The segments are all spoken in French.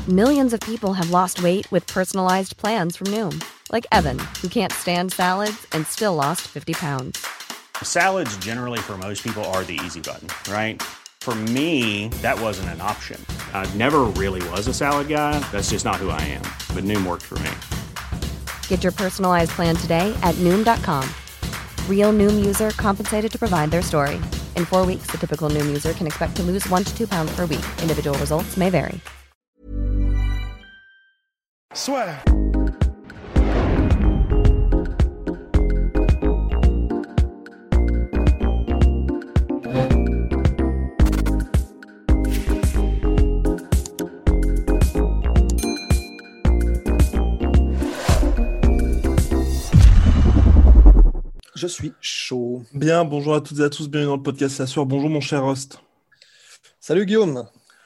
Millions of people have lost weight with personalized plans from Noom. Like Evan, who can't stand salads and still lost 50 pounds. Salads generally for most people are the easy button, right? For me, that wasn't an option. I never really was a salad guy. That's just not who I am. But Noom worked for me. Get your personalized plan today at Noom.com. Real Noom user compensated to provide their story. In 4 weeks, the typical Noom user can expect to lose 1 to 2 pounds per week. Individual results may vary. Soit. Je suis chaud. Bien, bonjour à toutes et à tous, bienvenue dans le podcast La Sueur. Bonjour mon cher Rust. Salut Guillaume.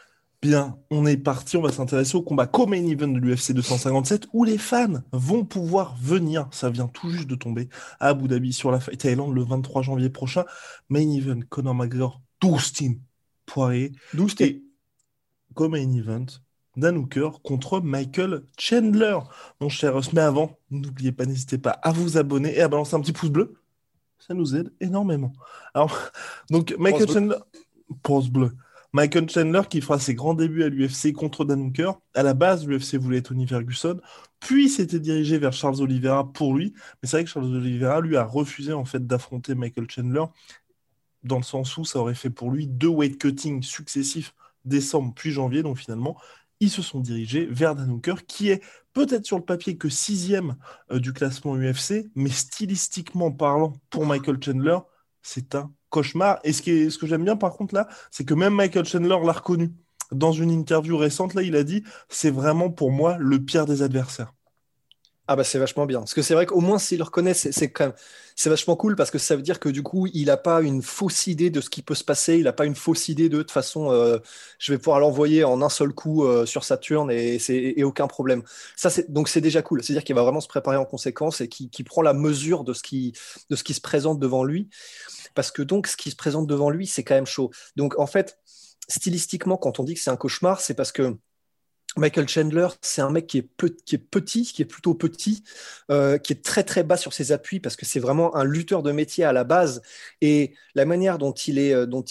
Bien, on est parti, on va s'intéresser au combat co-main event de l'UFC 257 où les fans vont pouvoir venir, ça vient tout juste de tomber, à Abu Dhabi sur la Fight Island le 23 janvier prochain. Main event, Conor McGregor, Dustin Poirier. Et co-main event, Dan Hooker contre Michael Chandler. Mon cher Rust, mais avant, n'oubliez pas, n'hésitez pas à vous abonner et à balancer un petit pouce bleu. Ça nous aide énormément. Alors, donc, Michael Chandler, pouce bleu. Michael Chandler qui fera ses grands débuts à l'UFC contre Dan Hooker. À la base, l'UFC voulait Tony Ferguson, puis s'était dirigé vers Charles Oliveira pour lui. Mais c'est vrai que Charles Oliveira, lui, a refusé en fait d'affronter Michael Chandler, dans le sens où ça aurait fait pour lui 2 weight cuttings successifs, décembre puis janvier. Donc finalement, ils se sont dirigés vers Dan Hooker, qui est peut-être sur le papier que 6e du classement UFC, mais stylistiquement parlant, pour Michael Chandler, c'est un cauchemar. Et ce que j'aime bien par contre là, c'est que même Michael Chandler l'a reconnu. Dans une interview récente, là, il a dit « C'est vraiment pour moi le pire des adversaires ». Ah bah c'est vachement bien. Parce que c'est vrai qu'au moins s'il le reconnaît, c'est quand même c'est vachement cool parce que ça veut dire que du coup, il n'a pas une fausse idée de ce qui peut se passer, il n'a pas une fausse idée de toute façon, je vais pouvoir l'envoyer en un seul coup sur Saturne et aucun problème. Donc c'est déjà cool. C'est-à-dire qu'il va vraiment se préparer en conséquence et qu'il prend la mesure de ce qui se présente devant lui. Parce que donc ce qui se présente devant lui, c'est quand même chaud. Donc en fait, stylistiquement, quand on dit que c'est un cauchemar, c'est parce que Michael Chandler, c'est un mec qui est petit, qui est plutôt petit, qui est très très bas sur ses appuis parce que c'est vraiment un lutteur de métier à la base. Et la manière dont il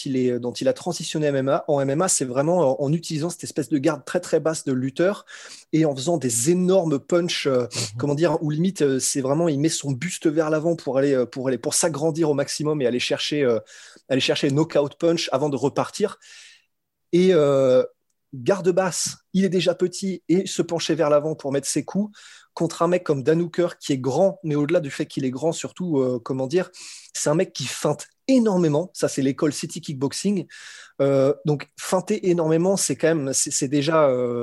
a transitionné en MMA, c'est vraiment en utilisant cette espèce de garde très très basse de lutteur et en faisant des énormes punchs, comment dire, où limite c'est vraiment il met son buste vers l'avant pour s'agrandir au maximum et aller chercher knockout punch avant de repartir. Et garde basse, il est déjà petit et se pencher vers l'avant pour mettre ses coups contre un mec comme Dan Hooker qui est grand, mais au-delà du fait qu'il est grand, surtout, c'est un mec qui feinte énormément. Ça, c'est l'école City Kickboxing. Donc, feinter énormément, c'est quand même, c'est déjà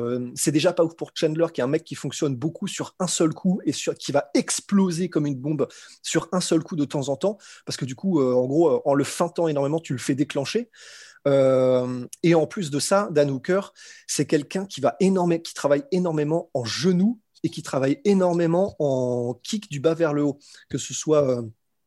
pas ouf pour Chandler, qui est un mec qui fonctionne beaucoup sur un seul coup et qui va exploser comme une bombe sur un seul coup de temps en temps, parce que du coup, en gros, en le feintant énormément, tu le fais déclencher. Et en plus de ça, Dan Hooker, c'est quelqu'un qui travaille énormément en genoux et qui travaille énormément en kick du bas vers le haut, que ce soit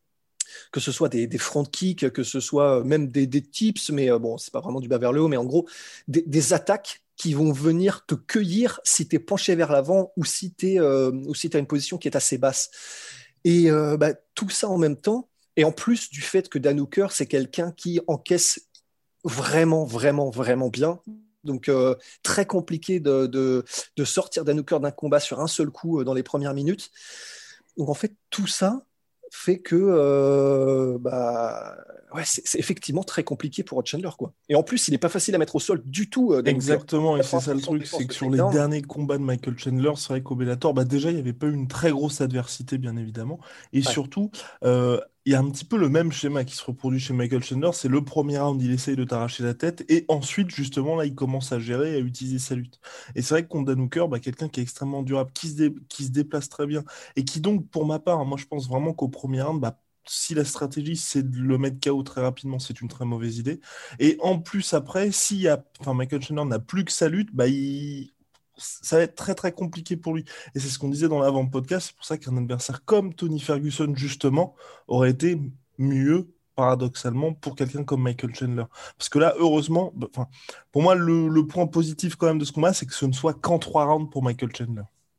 des front kicks, que ce soit même des tips, mais bon, c'est pas vraiment du bas vers le haut, mais en gros, des attaques qui vont venir te cueillir si tu es penché vers l'avant ou si tu as une position qui est assez basse. Et tout ça en même temps, et en plus du fait que Dan Hooker, c'est quelqu'un qui encaisse vraiment, vraiment, vraiment bien. Donc, très compliqué de sortir Dan Hooker d'un combat sur un seul coup dans les premières minutes. Donc, en fait, tout ça fait que c'est effectivement très compliqué pour Chandler, quoi. Et en plus, il n'est pas facile à mettre au sol du tout. Exactement, et c'est ça le truc, c'est que sur les derniers combats de Michael Chandler, c'est vrai qu'au Bellator, déjà, il n'y avait pas eu une très grosse adversité, bien évidemment. Et surtout, il y a un petit peu le même schéma qui se reproduit chez Michael Chandler, c'est le premier round, il essaye de t'arracher la tête, et ensuite, justement, là, il commence à gérer et à utiliser sa lutte. Et c'est vrai que contre Dan Hooker, quelqu'un qui est extrêmement durable, qui se déplace très bien, et qui donc, pour ma part, moi je pense vraiment qu'au premier round, si la stratégie c'est de le mettre KO très rapidement, c'est une très mauvaise idée. Et en plus après, Michael Chandler n'a plus que sa lutte, ça va être très très compliqué pour lui. Et c'est ce qu'on disait dans l'avant-podcast, c'est pour ça qu'un adversaire comme Tony Ferguson justement aurait été mieux paradoxalement, pour quelqu'un comme Michael Chandler. Parce que là, heureusement, pour moi, le point positif quand même de ce combat, c'est que ce ne soit qu'en 3 rounds pour Michael Chandler.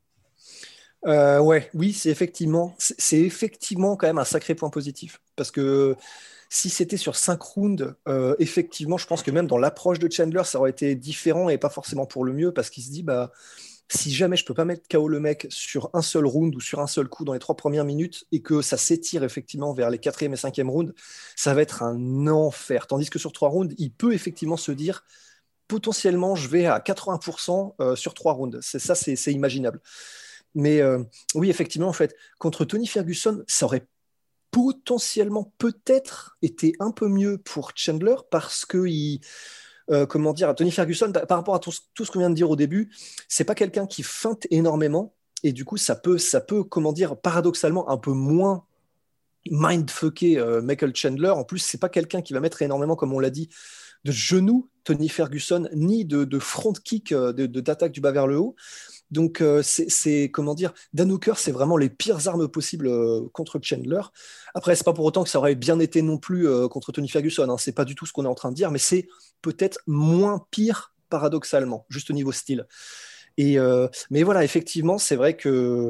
Oui, c'est effectivement quand même un sacré point positif. Parce que si c'était sur 5 rounds, effectivement, je pense que même dans l'approche de Chandler, ça aurait été différent et pas forcément pour le mieux, parce qu'il se dit, bah, si jamais je peux pas mettre KO le mec sur un seul round ou sur un seul coup dans les 3 premières minutes et que ça s'étire effectivement vers les 4e et 5e rounds, ça va être un enfer. Tandis que sur 3 rounds, il peut effectivement se dire, potentiellement, je vais à 80% sur 3 rounds. C'est imaginable. Mais oui, effectivement, en fait, contre Tony Ferguson, ça aurait potentiellement peut-être été un peu mieux pour Chandler parce que comment dire, Tony Ferguson, par rapport à tout ce qu'on vient de dire au début, c'est pas quelqu'un qui feinte énormément et du coup ça peut comment dire, paradoxalement un peu moins mindfucker Michael Chandler. En plus, c'est pas quelqu'un qui va mettre énormément, comme on l'a dit, de genoux Tony Ferguson ni de front kick d'attaque du bas vers le haut. Donc, c'est comment dire, Dan Hooker, c'est vraiment les pires armes possibles contre Chandler. Après, c'est pas pour autant que ça aurait bien été non plus contre Tony Ferguson. Hein. C'est pas du tout ce qu'on est en train de dire, mais c'est peut-être moins pire paradoxalement, juste au niveau style. Mais voilà, effectivement, c'est vrai que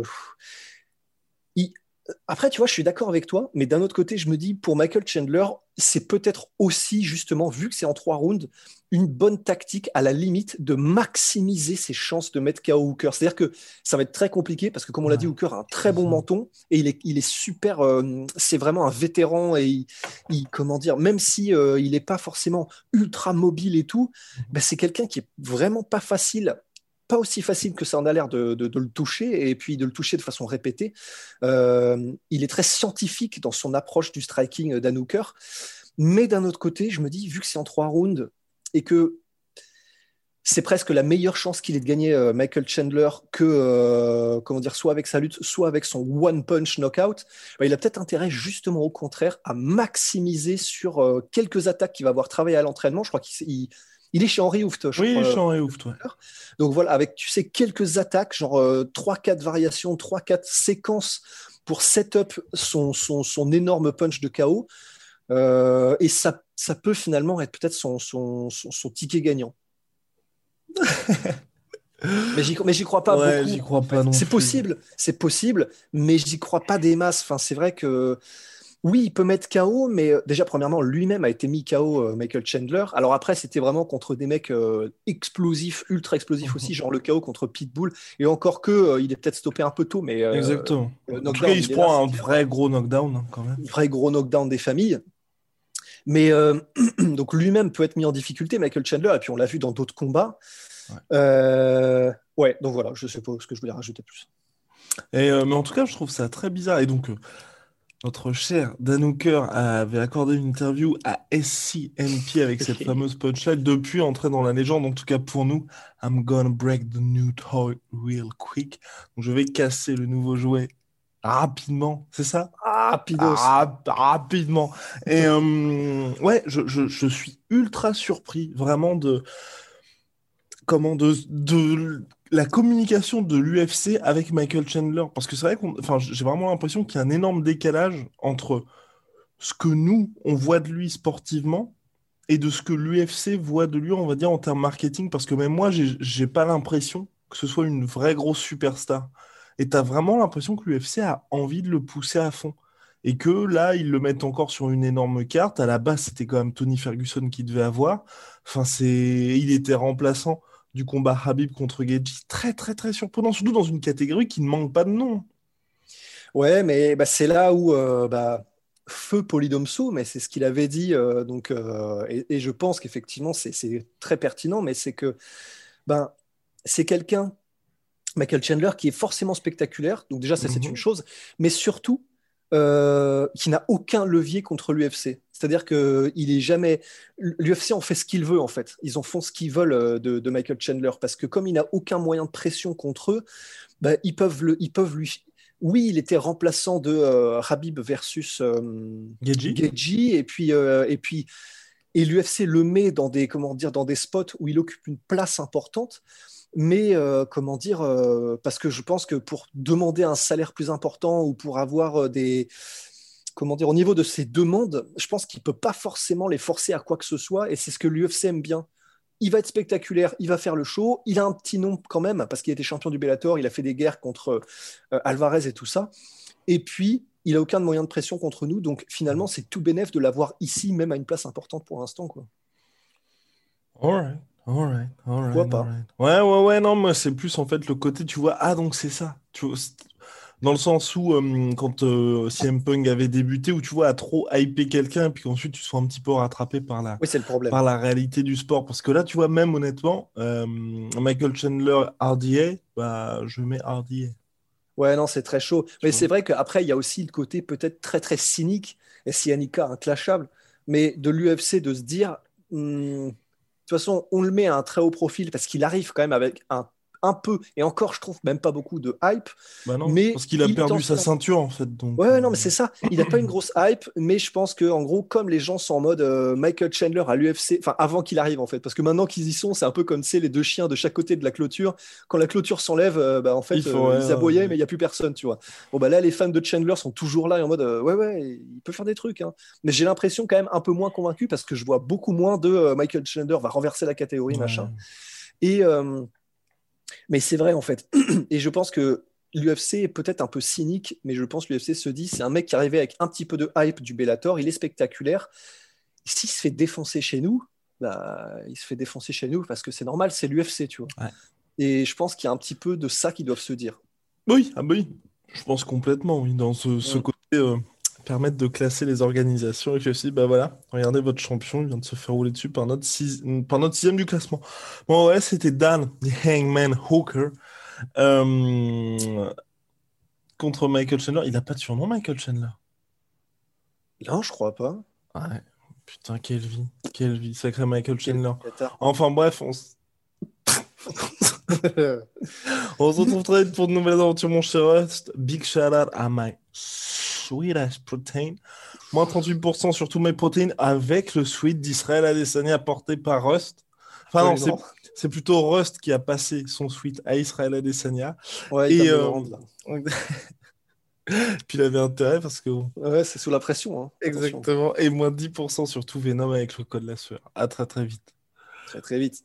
après, tu vois, je suis d'accord avec toi, mais d'un autre côté, je me dis, pour Michael Chandler, c'est peut-être aussi, justement, vu que c'est en 3 rounds, une bonne tactique, à la limite, de maximiser ses chances de mettre KO Hooker. C'est-à-dire que ça va être très compliqué, parce que, comme on l'a dit, Hooker a un très bon menton, et il est super, c'est vraiment un vétéran, et comment dire, même si il n'est pas forcément ultra mobile et tout, bah, c'est quelqu'un qui est vraiment pas aussi facile que ça en a l'air de le toucher, et puis de le toucher de façon répétée. Il est très scientifique dans son approche du striking Dan Hooker, mais d'un autre côté, je me dis, vu que c'est en 3 rounds, et que c'est presque la meilleure chance qu'il ait de gagner Michael Chandler que, comment dire, soit avec sa lutte, soit avec son one-punch knockout, bah, il a peut-être intérêt, justement au contraire, à maximiser sur quelques attaques qu'il va avoir travaillé à l'entraînement. Je crois qu'il est chez Henry Hooft, je crois. Oui, chez Henry Hooft, ouais. Donc voilà, avec, tu sais, quelques attaques, genre 3-4 variations, 3-4 séquences pour set up son énorme punch de KO. Et ça peut finalement être peut-être son ticket gagnant. Mais j'y crois pas beaucoup. J'y crois pas non c'est plus. c'est possible, mais j'y crois pas des masses. Enfin, c'est vrai que oui, il peut mettre KO, mais déjà, premièrement, lui-même a été mis KO, Michael Chandler. Alors après, c'était vraiment contre des mecs explosifs, ultra explosifs aussi, genre le KO contre Pitbull. Et encore que, il est peut-être stoppé un peu tôt, mais Exactement. En tout cas, knockdown, il se est prend là, un vrai gros knockdown, hein, quand même. vrai gros knockdown des familles. Mais donc lui-même peut être mis en difficulté, Michael Chandler, et puis on l'a vu dans d'autres combats. Ouais, donc voilà, je sais pas ce que je voulais rajouter plus. Mais en tout cas, je trouve ça très bizarre. Et donc, notre cher Dan Hooker avait accordé une interview à SCMP avec cette fameuse punchline, depuis entrée dans la légende, en tout cas pour nous. I'm gonna break the new toy real quick. Donc, je vais casser le nouveau jouet rapidement, c'est ça? Rapidement. Et ouais, je suis ultra surpris vraiment de la communication de l'UFC avec Michael Chandler. Parce que c'est vrai j'ai vraiment l'impression qu'il y a un énorme décalage entre ce que nous, on voit de lui sportivement et de ce que l'UFC voit de lui, on va dire, en termes marketing. Parce que même moi, j'ai pas l'impression que ce soit une vraie grosse superstar. Et t'as vraiment l'impression que l'UFC a envie de le pousser à fond. Et que là, ils le mettent encore sur une énorme carte. À la base, c'était quand même Tony Ferguson qui devait avoir. Enfin, il était remplaçant du combat Khabib contre Gaethje. Très, très, très surprenant. Surtout dans une catégorie qui ne manque pas de nom. Ouais, mais bah, c'est là où feu Polydomso, mais c'est ce qu'il avait dit. Donc, et je pense qu'effectivement, c'est très pertinent, mais c'est que ben, c'est quelqu'un, Michael Chandler, qui est forcément spectaculaire. Donc déjà, ça, c'est une chose. Mais surtout, qui n'a aucun levier contre l'UFC. C'est-à-dire que il est jamais. L'UFC en fait ce qu'il veut, en fait. Ils en font ce qu'ils veulent de Michael Chandler. Parce que comme il n'a aucun moyen de pression contre eux, bah, ils peuvent lui. Oui, il était remplaçant de Khabib versus Gaethje, et l'UFC le met dans des, comment dire, dans des spots où il occupe une place importante. Mais comment dire, parce que je pense que pour demander un salaire plus important ou pour avoir comment dire, au niveau de ses demandes, je pense qu'il ne peut pas forcément les forcer à quoi que ce soit, et c'est ce que l'UFC aime bien. Il va être spectaculaire, il va faire le show, il a un petit nom quand même, parce qu'il a été champion du Bellator, il a fait des guerres contre Alvarez et tout ça, et puis il n'a aucun moyen de pression contre nous, donc finalement c'est tout bénef de l'avoir ici, même à une place importante pour l'instant, quoi. Alright. Pourquoi pas? Ouais, non, moi c'est plus en fait le côté, tu vois, donc c'est ça. Tu vois, dans le sens où, quand CM Punk avait débuté, où tu vois, à trop hyper quelqu'un, et puis qu'ensuite tu sois un petit peu rattrapé Oui, c'est le problème. par la réalité du sport. Parce que là, tu vois, même honnêtement, Michael Chandler, RDA, bah, je mets RDA. Ouais, non, c'est très chaud. Mais vois. c'est vrai qu'après, il y a aussi le côté peut-être très, très cynique, et Sianika inclashable, mais de l'UFC de se dire, de toute façon, on le met à un très haut profil parce qu'il arrive quand même avec un peu, et encore, je trouve même pas beaucoup de hype, Bah non, mais parce qu'il a il est perdu sa en... ceinture, en fait. Donc, Ouais, non, mais c'est ça. Il n'a pas une grosse hype, mais je pense que en gros, comme les gens sont en mode Michael Chandler à l'UFC, enfin avant qu'il arrive en fait, parce que maintenant qu'ils y sont, c'est un peu comme les deux chiens de chaque côté de la clôture. Quand la clôture s'enlève, en fait, ils aboyaient, mais il n'y a plus personne, tu vois. Bon, bah là, les fans de Chandler sont toujours là et en mode ouais, il peut faire des trucs, hein. Mais j'ai l'impression quand même un peu moins convaincu parce que je vois beaucoup moins de Michael Chandler va renverser la catégorie, machin. Et mais c'est vrai en fait. Et je pense que l'UFC est peut-être un peu cynique, mais je pense que l'UFC se dit c'est un mec qui arrivait avec un petit peu de hype du Bellator, il est spectaculaire. S'il se fait défoncer chez nous, bah, il se fait défoncer chez nous parce que c'est normal, c'est l'UFC, tu vois. Ouais. Et je pense qu'il y a un petit peu de ça qu'ils doivent se dire. Oui, je pense complètement, oui, dans ce côté, permettre de classer les organisations et que aussi, bah voilà, regardez votre champion, il vient de se faire rouler dessus par notre sixième du classement. Bon, ouais, c'était Dan, the Hangman Hooker, contre Michael Chandler. Il a pas de surnom, Michael Chandler. Non, je crois pas. Ouais, putain, quelle vie, sacré Michael Chandler. Qatar. Enfin bref, on se retrouve très vite pour de nouvelles aventures, mon cher Rust. Big shout out à my sweet ass protein. Moins 38% sur tous mes protéines avec le sweet d'Israël Adesanya apporté par Rust. Enfin non, c'est plutôt Rust qui a passé son sweet à Israël Adesanya. Ouais, il va me le rendre, là. Puis il avait intérêt parce que... Ouais, c'est sous la pression, hein. Exactement. Attention. Et moins 10% sur tout Venom avec le code la sueur. À très très vite. Très très vite.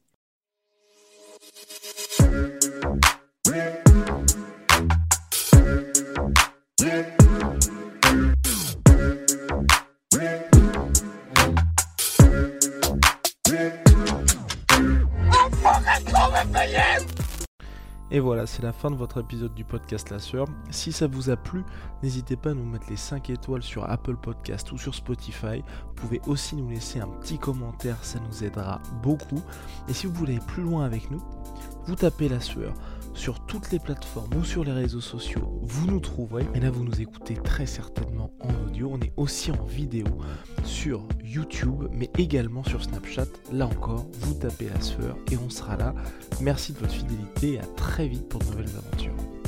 Et voilà, c'est la fin de votre épisode du podcast La Sueur. Si ça vous a plu, n'hésitez pas à nous mettre les 5 étoiles sur Apple Podcast ou sur Spotify. Vous pouvez aussi nous laisser un petit commentaire, ça nous aidera beaucoup. Et si vous voulez aller plus loin avec nous, vous tapez La Sueur sur toutes les plateformes ou sur les réseaux sociaux, vous nous trouverez. Et là, vous nous écoutez très certainement en audio. On est aussi en vidéo sur YouTube, mais également sur Snapchat. Là encore, vous tapez La Sueur et on sera là. Merci de votre fidélité et à très vite pour de nouvelles aventures.